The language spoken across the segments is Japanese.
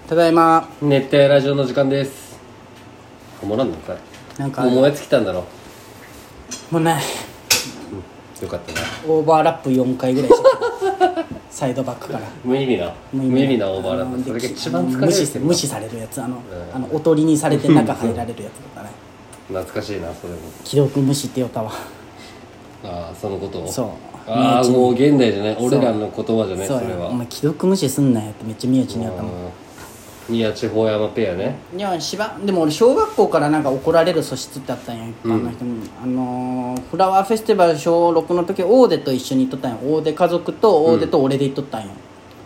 ただいま。 熱帯ラジオの時間です。もうなんかなんかもう燃え尽きたんだろもうね、 よかったな。 オーバーラップ4回ぐらいしてサイドバックから無意味なオーバーラップ。それが一番疲れるって無視されるやつ、おとりにされて中入られるやつだったね。 懐かしいな、それも。 既読無視って言おったわ。 ああ、そのことを。 そう。 ああ、もう現代じゃない、俺らの言葉じゃない。 そうそれはお前既読無視すんなよってめっちゃ宮地にやったもん。 宮地法山ペアね。 いやでも俺小学校からなんか怒られる素質ってあったんや、一般の人に。フラワーフェスティバル小6の時大出と一緒に行っとったんや。大出家族と大出と俺で行っとったんや、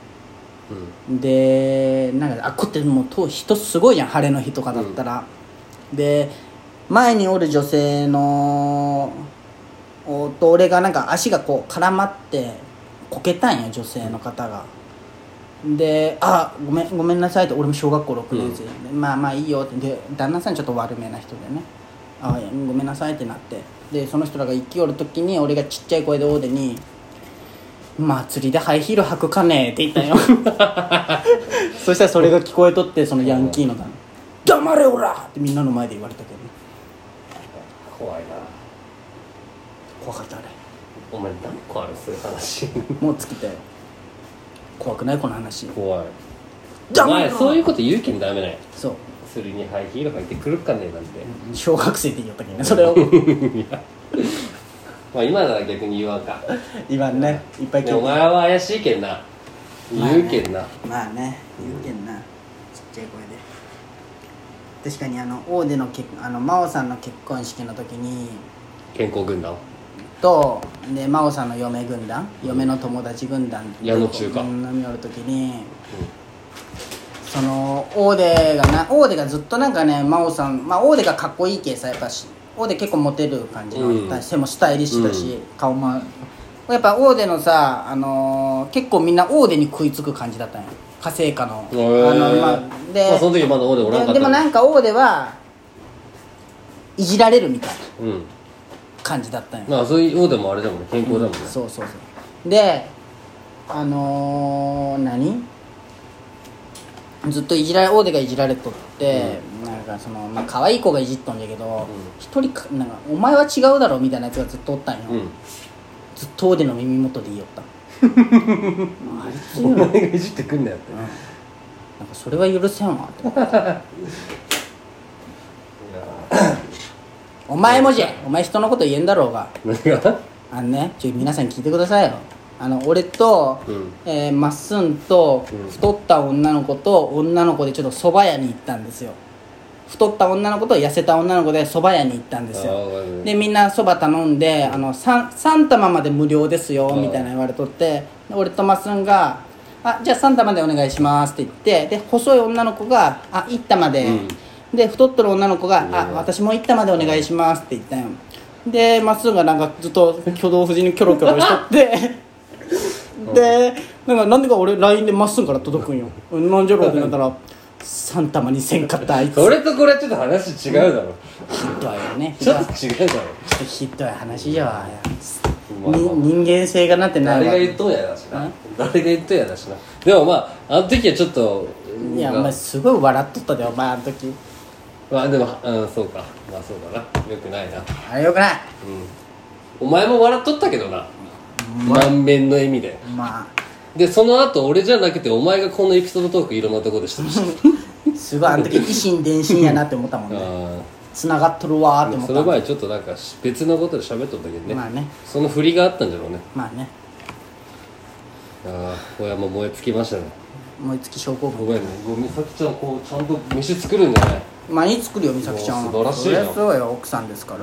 でなんかこってもう人すごいじゃん、晴れの日とかだったら、で前におる女性のと俺がなんか足がこう絡まってこけたんや、女性の方が。でごめんなさいって、俺も小学校6年生で、まあいいよって。で旦那さんちょっと悪めな人でね、ごめんなさいってなって、でその人らが行きよる時に俺がちっちゃい声で大手に祭りでハイヒール履くかねって言ったんよそしたらそれが聞こえとって、そのヤンキーの旦那黙れおらってみんなの前で言われたけどね。 怖いな。 怖かったあれ。 お前何個あるそういう話もう尽きたよ。怖くないこの話。 怖い。 黙れお前そういうこと言うけんダメだよ。 そう、 釣りにハイヒール履いてくるかねえなんて。 小学生で言ったけどねそれをまあ今なら逆に言わんか。 言わんね、いっぱい聞いて。 お前は怪しいけんな。言うけんな。 まあね、言うけんな、ちっちゃい声で。確かに大出の真央さんの結婚式の時に健康軍団で真央さんの嫁軍団、嫁の友達軍団矢野中華飲み寄る時に、その大出がずっとなんかね、真央さん、大出がかっこいいけさ、やっぱ大出結構モテる感じの、背もスタイリッシュだし、顔もやっぱ大出のさ、結構みんな大出に食いつく感じだったんよ、家政家の。で、 その時まだ大出おらんかった。 でもなんか大出はいじられるみたいな感じだったんよ。 そういう大手もあれだもんね、健康だもんね。 そうでずっと大手がいじられとって、なんか可愛い子がいじっとんだけど、一人なんかお前は違うだろみたいなやつがずっとおったんよ、ずっと大手の耳元で言いよったあいつお前がいじってくんなよって、 なんかそれは許せんわってお前もじゃん、お前人のこと言えんだろうが。 何が皆さん聞いてくださいよ。俺と、まっすんと、太った女の子と女の子でちょっと蕎麦屋に行ったんですよ。太った女の子と痩せた女の子で蕎麦屋に行ったんですよ。でみんな蕎麦頼んで、3玉まで無料ですよみたいな言われとって、俺とまっすんがじゃあ3玉でお願いしますって言って、で細い女の子が1玉で、で太ってる女の子が私も1玉でお願いしますって言ったよ。でまっすぐがなんかずっと挙動不審にキョロキョロしとってでなんでか俺 LINE でまっすぐから届くんよ。なんじゃろうってなったら3玉にせんかったあいつ。 それとこれはちょっと話違うだろ。 ひどいよね。 ちょっと違うだろ。 ちょっとひどい話じゃわ。人間性がなってないわ。 誰が言っとんやだしな。でもあの時はちょっと、 いやお前すごい笑っとったで、お前あの時。 でもそうか、そうだな、よくないな。 あれよくない。 お前も笑っとったけどな、満面の笑みで。でその後俺じゃなくてお前がこのエピソードトークいろんなところでしてましたすごいあの時一心伝心やなって思ったもんね繋がっとるわーって思った。 その前ちょっとなんか別のことで喋っとったけどね。 ね、 その振りがあったんじゃろうね。小山燃え尽きましたね。 燃え尽き症候群。 ごめんね、美咲ちゃんこうちゃんと飯作るんだね。 何作るよ美咲ちゃん。 素晴らしいじゃん。 そうよ、奥さんですから。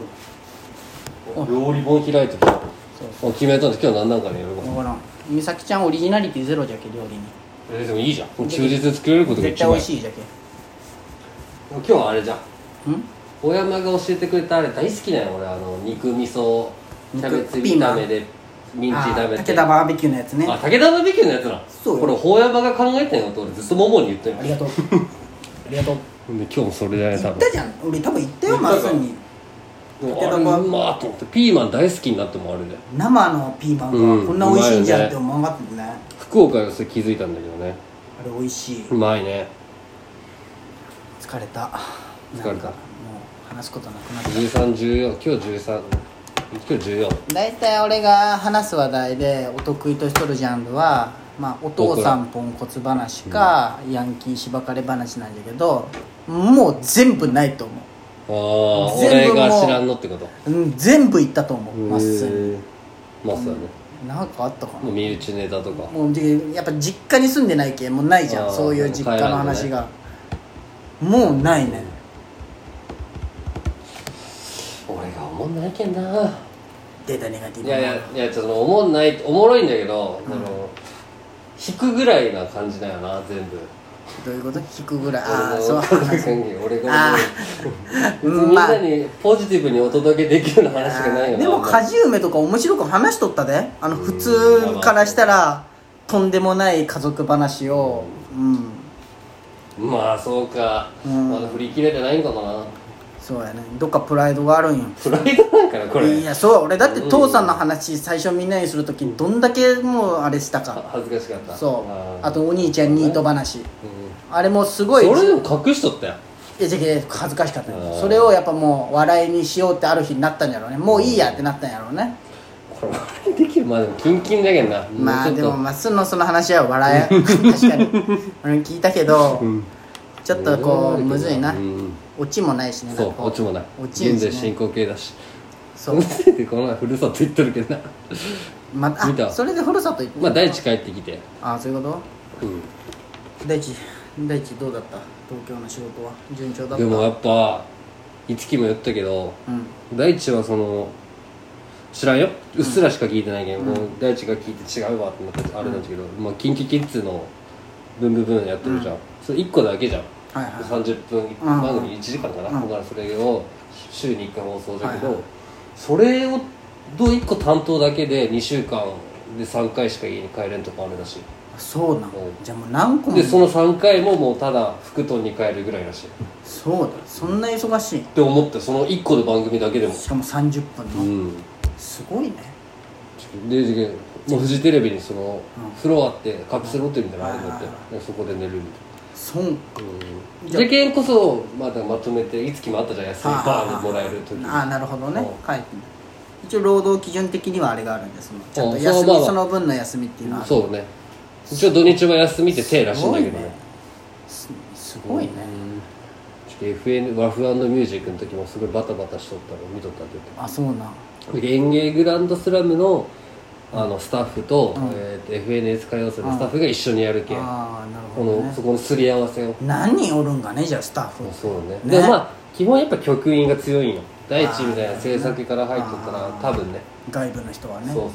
料理本開いてきた。決めたんです。今日何なんかねやる分からん。美咲ちゃんオリジナリティゼロじゃけ料理に。 でもいいじゃん。忠実に作れることが絶対美味しいじゃけ。 今日はあれじゃん。小山が教えてくれたあれ大好きだよ俺。肉味噌キャベツ炒めでミンチ炒めて。 武田バーベキューのやつね。 武田バーベキューのやつな。そうよ。これ小山が考えたんよって俺ずっとモモに言ったよ。 ありがとうで今日もそれだね。 言ったじゃん。俺多分言ったよまっすぐに。 あれうまーと思って。ピーマン大好きになってもあれで生のピーマンがこんな美味しいんじゃんって思わなかったね。 福岡でそれ気づいたんだけどね。 あれ美味しい。 うまいね。 疲れた。 疲れた。 もう話すことなくなった。 13、14、今日13、今日14。 大体俺が話す話題でお得意としとるジャンルは、まあ、お父さんポンコツ話か、ヤンキーしばかれ話なんだけど、もう全部ないと思う。 ああ、俺が知らんのってこと。 全部言ったと思う。まっすぐまあそうだね。 なんかあったかな。 もう身内ネタとか。 もうやっぱ実家に住んでないけんもうないじゃん、そういう実家の話が、もうないね。 俺が思んないけんな。 データネガティブ。 いやちょっと思んない、おもろいんだけど、引くぐらいな感じだよな、全部。 どういうこと？引くぐらい。 ああ、そう。俺が別にみんなにポジティブにお届けできるような話がないよな。 でも果樹梅とか面白く話しとったで。普通からしたらとんでもない家族話を。 まあそうか。まだ振り切れてないんかもな。 そうやね。どっかプライドがあるんよ。 プライドなんかなこれ。 いやそう、俺だって父さんの話最初みんなにするときにどんだけもうあれしたか。 恥ずかしかった。 そう。あとお兄ちゃんニート話。あれもすごい。 それでも隠しとったよ。 いやじゃけ恥ずかしかったよ。それをやっぱもう笑いにしようってある日になったんやろうね。もういいやってなったんやろうね。 これ笑いできる。まあでもキンキンだけどな。 まあでもまっすんのその話は笑え確かに俺聞いたけど、ちょっとこうむずいな。オチもないしね。 そうオチもない。現在進行形だし。 そう。 この前ふるさと行ってるけどな。 見た。それでふるさと行って。 まあ大地帰ってきて。 ああそういうこと。大地どうだった？東京の仕事は順調だった？ でもやっぱいつきも言ったけど、大地はその知らんよ、うっすらしか聞いてないけど、大地が聞いて違うわってなってあれなんだけど、まあキンキキッズのブンブンブンやってるじゃん、それ1個だけじゃん、30分番組1時間かな、だからそれを週に1回放送だけど、それを1個担当だけで2週間で3回しか家に帰れんとかあるらしい。 そうなの。じゃあもう何個もでその3回ももうただ布団に帰るぐらいらしい。 そうだ、そんな忙しいって思って、その1個の番組だけでもしかも30分の、すごいね。 でもうフジテレビにそのフロアってカプセルホテルみたいなのあるんだって、そこで寝るみたいな。 そうじゃけんこそまだまとめていつきもあったじゃん、休みバーンもらえる時に。 ああなるほどね、書いて一応労働基準的にはあれがあるんで、そのちゃんと休み、その分の休みっていうのはそうね、一応土日は休みって手らしいんだけどね。 すごいね。 FN ワフ&ミュージックの時もすごいバタバタしとったの見とったって言って。 あそうな。 演芸グランドスラムのスタッフと、FNS 歌謡祭のスタッフが一緒にやるけん、 ああなるほどね、 そこのすり合わせを。 何人おるんかね、じゃあスタッフ。 そうね。でもまあ基本やっぱ局員が強いんよ。第一みたいな制作から入っとったら多分ね、 外部の人はね。 そう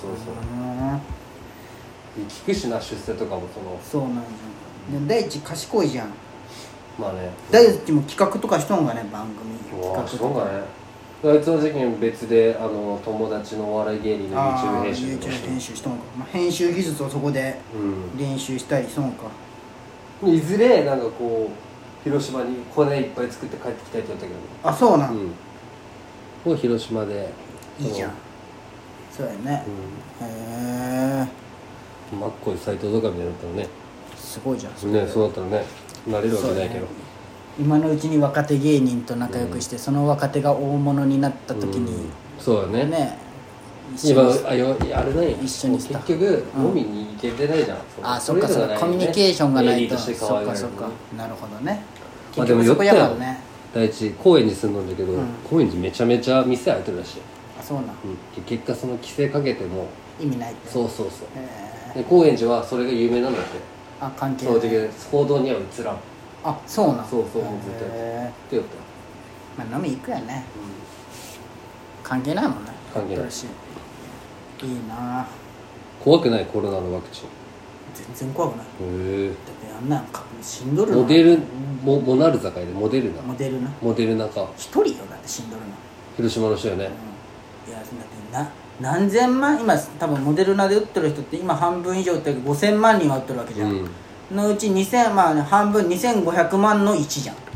聞くしな、出世とかもそうなんじゃん。で第一賢いじゃん。 まあね、 第一も企画とかしとんがね、番組企画とかね。あいつの時期に別で友達のお笑い芸人の YouTube 編集とか編集しとんか、編集技術をそこで練習したりしとんか。 いずれなんかこう広島に骨いっぱい作って帰ってきたいって言ったけどね。 あそうなん、 もう広島でいいじゃん。そうやね、へえ。 マッコイ斎藤とかみたいになったらね、 すごいじゃんね。そうだったらね、なれるわけないけど、 今のうちに若手芸人と仲良くして、その若手が大物になった時に、 そうだね。 今あれね、 一緒にした結局飲みに行けてないじゃん。 あそっかそっか、コミュニケーションがないと。そっかそっか、なるほどね。 結局そこやからね。第一高円寺住んだんだけど、高円寺めちゃめちゃ店開いてるらしい。 あそうなん、 結果その規制かけても意味ないって。 そうで高円寺はそれが有名なんだって。 あ関係ない。 そう報道には映らん。 あそうなん。 そうずっとやってってまあ飲み行くやね、関係ないもんね。 関係ない。 いいな。 怖くない？コロナのワクチン全然怖くない。だってあんなん死んどるの。 モナルザかいでモデルナか一人よ、だって死んどるの。 広島の人よね、 いやだって何千万、今多分モデルナで打ってる人って今半分以上って5000万人は打ってるわけじゃん、のうち2000万、半分2500万の1じゃん、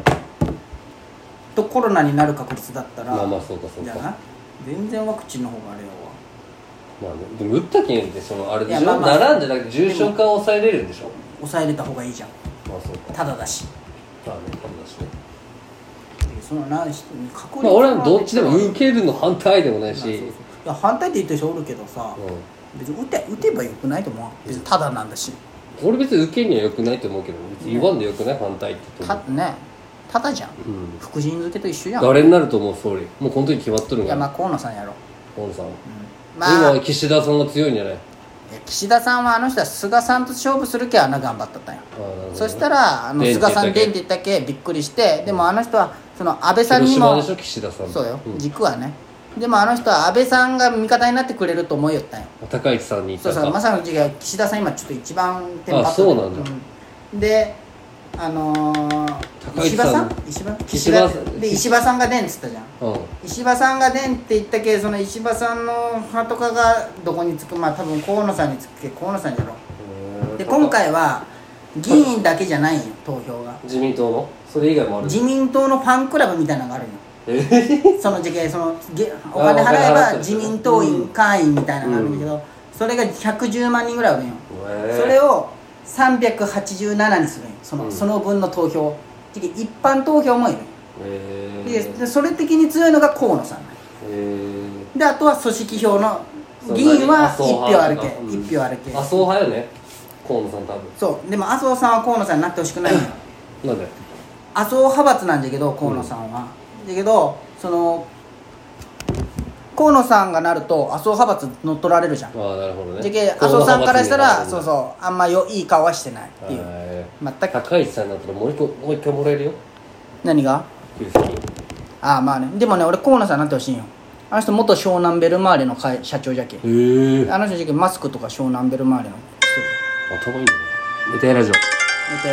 とコロナになる確率だったら、 まあそうか全然ワクチンの方があれやわ。 まあね、でも打ったけんってあれでしょ、ならんじゃなくて重症化を抑えれるんでしょ。 抑えれた方がいいじゃん。 そうか。 ただだし、 ただしね。 そのな人に確率俺はどっちでも受けるの反対でもないし、 いや反対って言ってる人おるけどさ、別に打てばよくないと思う。別にただなんだし。 俺別に受けにはよくないと思うけど、別に言わんでよくない、反対って言ってもただじゃん、福神漬けと一緒じゃん。 誰になると思う、総理。もうこの時決まっとるんいやまあ河野さんやろ。 河野さん、 まあ今岸田さんが強いんじゃない？ 岸田さんはあの人は菅さんと勝負するけあんな頑張ったったんよ。そしたら菅さんでんって言ったけびっくりして、でもあの人はその安倍さんにも広島でしょ、岸田さん。 そうよ、軸はね。でもあの人は安倍さんが味方になってくれると思いよったんよ。 高市さんに言ったそうまさに岸田さん今ちょっと一番テンパってる。 そうなんだ。 で石破さんで石破さんが出んっつったじゃん、石破さんが出んって言ったけど、その石破さんの派とかがどこにつく、まあ多分河野さんにつくけ河野さんじゃろ。で今回は議員だけじゃないんよ、投票が。 自民党のそれ以外もある。 自民党のファンクラブみたいなのがあるよ。その時期お金払えば自民党員会員みたいなのがあるんだけど、それが110万人ぐらいあるんよ。それを387にするんよ、その分の投票。一般投票もいる。でそれ的に強いのが河野さんで、あとは組織票の議員は1票あるけ、1票あるけ。 麻生派よね、河野さん多分。そうでも麻生さんは河野さんになってほしくないのよ。 なんで？ 麻生派閥なんだけど河野さんは、だけどその河野さんがなると麻生派閥乗っ取られるじゃん。 なるほどね。 じゃけ麻生さんからしたらあんまいい顔はしてないっていう。 全く高市さんになったらもう一回もらえるよ。 何が？ 給付金。 まあね。でもね、俺河野さんになってほしいんよ。あの人元湘南ベルマーレの社長じゃけ。あの人じゃけマスクとか湘南ベルマーレの人で。 頭いいね。ネタラジオ。